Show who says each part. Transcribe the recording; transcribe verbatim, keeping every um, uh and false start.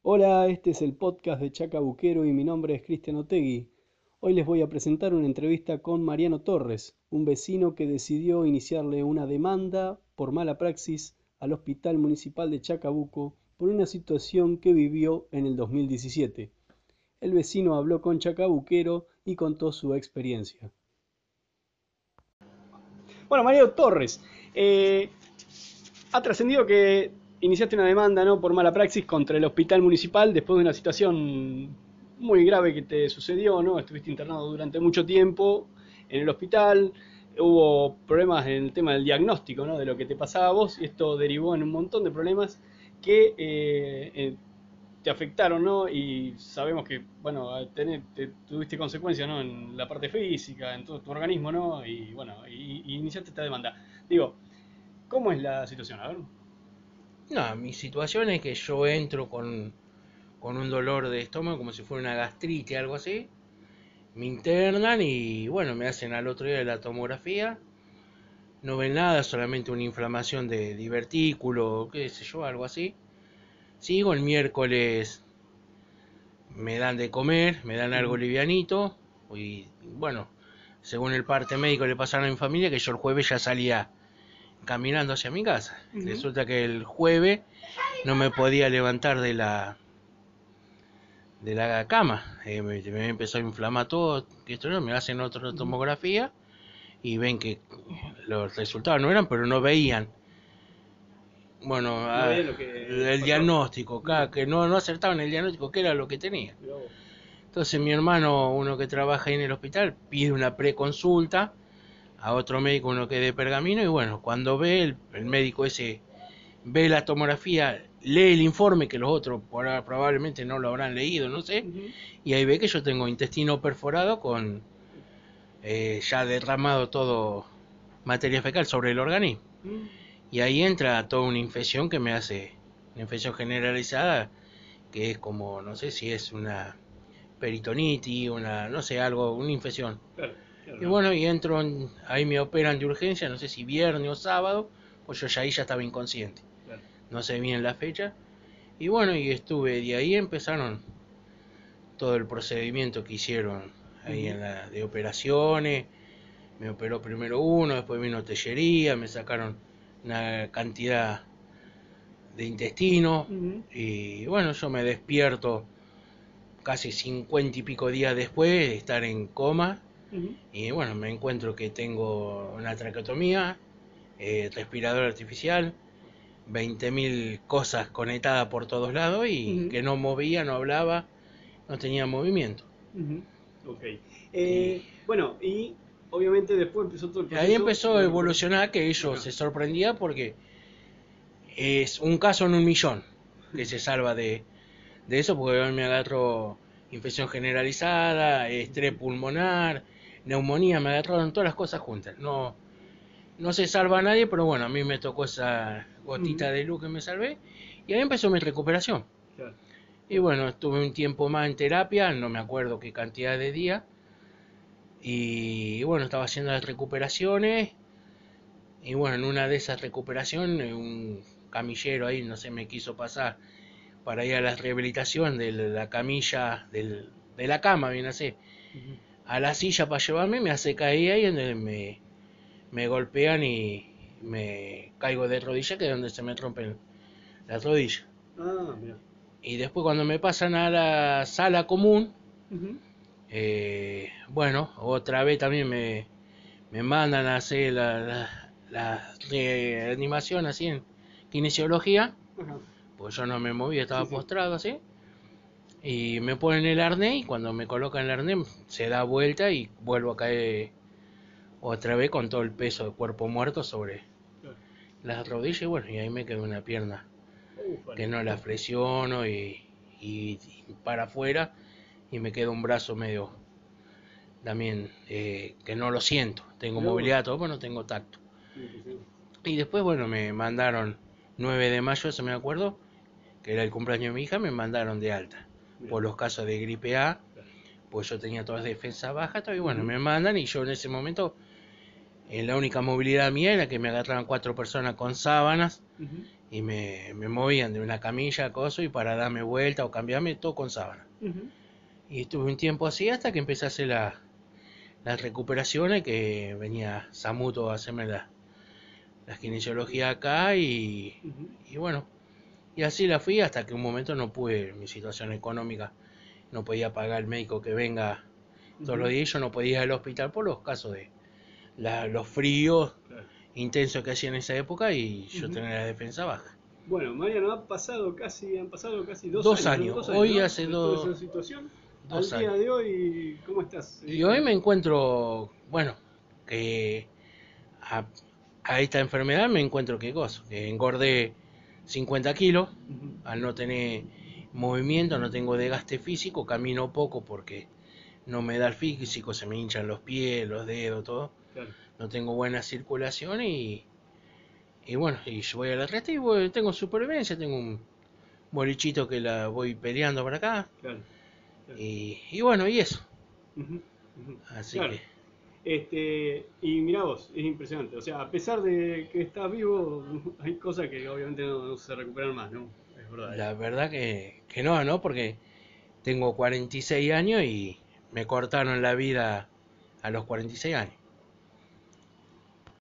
Speaker 1: Hola, este es el podcast de Chacabuquero y mi nombre es Cristian Otegui. Hoy les voy a presentar una entrevista con Mariano Torres, un vecino que decidió iniciarle una demanda por mala praxis al Hospital Municipal de Chacabuco por una situación que vivió en el dos mil diecisiete. El vecino habló con Chacabuquero y contó su experiencia. Bueno, Mariano Torres, eh, ha trascendido que iniciaste una demanda, ¿no?, por mala praxis contra el hospital municipal después de una situación muy grave que te sucedió, ¿no? Estuviste internado durante mucho tiempo en el hospital, hubo problemas en el tema del diagnóstico, ¿no?, de lo que te pasaba a vos, y esto derivó en un montón de problemas que eh, eh, te afectaron, ¿no? Y sabemos que, bueno, tener, te, tuviste consecuencias, ¿no?, en la parte física, en todo tu organismo, ¿no? Y bueno, y, y iniciaste esta demanda. Digo, ¿cómo es la situación? A ver.
Speaker 2: No, mi situación es que yo entro con, con un dolor de estómago como si fuera una gastritis, algo así. Me internan y bueno, me hacen al otro día la tomografía. No ven nada, solamente una inflamación de divertículo, qué sé yo, algo así. Sigo el miércoles, me dan de comer, me dan algo
Speaker 1: Ujú,
Speaker 2: livianito. Y bueno, según el parte médico le pasaron a mi familia que yo el jueves ya salía caminando hacia mi casa.
Speaker 1: ujú,
Speaker 2: Resulta que el jueves no me podía levantar de la de la cama. Eh, me, me empezó a inflamar todo, que esto no, me hacen otra
Speaker 1: ujú.
Speaker 2: tomografía y ven que los resultados no eran, pero no veían. Bueno,
Speaker 1: No
Speaker 2: ah,
Speaker 1: veía lo que te
Speaker 2: el
Speaker 1: pasó.
Speaker 2: diagnóstico,
Speaker 1: Ujú.
Speaker 2: claro, que no, no acertaban el diagnóstico, que era lo que tenía.
Speaker 1: Mirá vos.
Speaker 2: Entonces mi hermano, uno que trabaja ahí en el hospital, pide una preconsulta a otro médico, uno que de Pergamino, y bueno, cuando ve el, el médico ese, ve la tomografía, lee el informe que los otros probablemente no lo habrán leído, no sé,
Speaker 1: Ujú.
Speaker 2: y ahí ve que yo tengo intestino perforado con eh, ya derramado todo materia fecal sobre el organismo.
Speaker 1: Mm.
Speaker 2: Y ahí entra toda una infección que me hace, una infección generalizada, que es como, no sé si es una peritonitis, una, no sé, algo, una infección.
Speaker 1: Claro, claro,
Speaker 2: Y
Speaker 1: no.
Speaker 2: bueno, y entro, en, ahí me operan de urgencia, no sé si viernes o sábado, pues yo ya ahí ya estaba inconsciente.
Speaker 1: Claro.
Speaker 2: No sé bien la fecha. Y bueno, y estuve, de ahí empezaron todo el procedimiento que hicieron ahí
Speaker 1: Ujú,
Speaker 2: en la de operaciones. Me operó primero uno, después vino tellería, me sacaron una cantidad de intestino.
Speaker 1: ujú,
Speaker 2: Y bueno, yo me despierto casi cincuenta y pico días después de estar en coma.
Speaker 1: ujú,
Speaker 2: Y bueno, me encuentro que tengo una traqueotomía, eh, respirador artificial, veinte mil cosas conectadas por todos lados y
Speaker 1: ujú,
Speaker 2: que no movía, no hablaba, no tenía movimiento.
Speaker 1: ujú. Ok.
Speaker 2: Y
Speaker 1: Eh, bueno, y obviamente después empezó todo el
Speaker 2: ahí
Speaker 1: proceso
Speaker 2: empezó a
Speaker 1: de recuperación.
Speaker 2: evolucionar que ellos
Speaker 1: Ajá.
Speaker 2: se sorprendían porque es un caso en un millón que se salva de, de eso, porque hoy me agarró infección generalizada, estrés pulmonar, neumonía, me agarraron todas las cosas juntas. No, no se salva a nadie, pero bueno, a mí me tocó esa
Speaker 1: Ujú.
Speaker 2: gotita de luz que me salvé y ahí empezó mi recuperación.
Speaker 1: Claro,
Speaker 2: Y
Speaker 1: claro.
Speaker 2: bueno, estuve un tiempo más en terapia, no me acuerdo qué cantidad de días. Y bueno, estaba haciendo las recuperaciones. Y bueno, en una de esas recuperaciones, un camillero ahí, no sé, me quiso pasar para ir a la rehabilitación de la camilla, del, de la cama, bien así,
Speaker 1: Ujú.
Speaker 2: a la silla para llevarme, me hace caer ahí donde me, me golpean y me caigo de rodilla, que es donde se me rompen las rodillas.
Speaker 1: Ah, mira.
Speaker 2: Y después cuando me pasan a la sala común,
Speaker 1: Ujú,
Speaker 2: eh, bueno, otra vez también me, me mandan a hacer la, la, la reanimación así en kinesiología,
Speaker 1: ajá.
Speaker 2: pues yo no me movía,
Speaker 1: Sí,
Speaker 2: estaba
Speaker 1: sí.
Speaker 2: postrado así. Y me ponen el arnés y cuando me colocan el arnés se da vuelta y vuelvo a caer otra vez con todo el peso de cuerpo muerto sobre
Speaker 1: Claro.
Speaker 2: las rodillas y bueno, y ahí me quedó una pierna que
Speaker 1: Ufale.
Speaker 2: no la flexiono y, y, y para afuera y me queda un brazo medio también eh, que no lo siento. Tengo
Speaker 1: Mirá vos.
Speaker 2: movilidad, todo, pero no tengo tacto.
Speaker 1: Impresionante.
Speaker 2: Y después, bueno, me mandaron nueve de mayo, eso me acuerdo, que era el cumpleaños de mi hija, me mandaron de alta
Speaker 1: Mirá.
Speaker 2: por los casos de gripe A,
Speaker 1: Claro.
Speaker 2: pues yo tenía todas defensas bajas, y bueno,
Speaker 1: Ujú,
Speaker 2: me mandan y yo en ese momento, en la única movilidad mía era que me agarraban cuatro personas con sábanas
Speaker 1: ujú.
Speaker 2: y me, me movían de una camilla a coso y para darme vuelta o cambiarme todo con sábana.
Speaker 1: Ujú.
Speaker 2: Y estuve un tiempo así hasta que empecé a hacer la, las recuperaciones, que venía Samuto a hacerme la, la kinesiología acá y,
Speaker 1: Ujú.
Speaker 2: y bueno, y así la fui hasta que un momento no pude, mi situación económica, no podía pagar el médico que venga todos los
Speaker 1: Ujú.
Speaker 2: días, yo no podía ir al hospital por los casos de la, los fríos
Speaker 1: Claro.
Speaker 2: intensos que hacía en esa época y yo
Speaker 1: Ujú.
Speaker 2: tenía la defensa baja.
Speaker 1: Bueno, Mariano, ha pasado casi, han pasado casi dos
Speaker 2: Dos
Speaker 1: años, ¿no?
Speaker 2: años,
Speaker 1: Dos años,
Speaker 2: hoy
Speaker 1: ¿no?
Speaker 2: hace
Speaker 1: De toda
Speaker 2: dos,
Speaker 1: esa situación. Al
Speaker 2: dos
Speaker 1: día
Speaker 2: años.
Speaker 1: de hoy, ¿cómo estás?
Speaker 2: Y hoy
Speaker 1: Eh,
Speaker 2: me encuentro, bueno, que a, a esta enfermedad me encuentro que gozo, que engordé cincuenta kilos,
Speaker 1: ujú.
Speaker 2: al no tener movimiento, no tengo desgaste físico, camino poco porque no me da el físico, se me hinchan los pies, los dedos, todo,
Speaker 1: Claro,
Speaker 2: no tengo buena circulación y, y bueno, y yo voy a la resta y voy- tengo supervivencia, tengo un bolichito que la voy peleando para acá
Speaker 1: claro, claro.
Speaker 2: y, y bueno, y eso,
Speaker 1: Ujú, ujú.
Speaker 2: así
Speaker 1: Claro.
Speaker 2: que
Speaker 1: Este, y mirá vos, es impresionante. O sea, a pesar de que estás vivo, hay cosas que obviamente no, no se recuperan más, ¿no? Es verdad eso.
Speaker 2: la verdad que, que no, ¿no? Porque tengo cuarenta y seis años y me cortaron la vida a los cuarenta y seis años.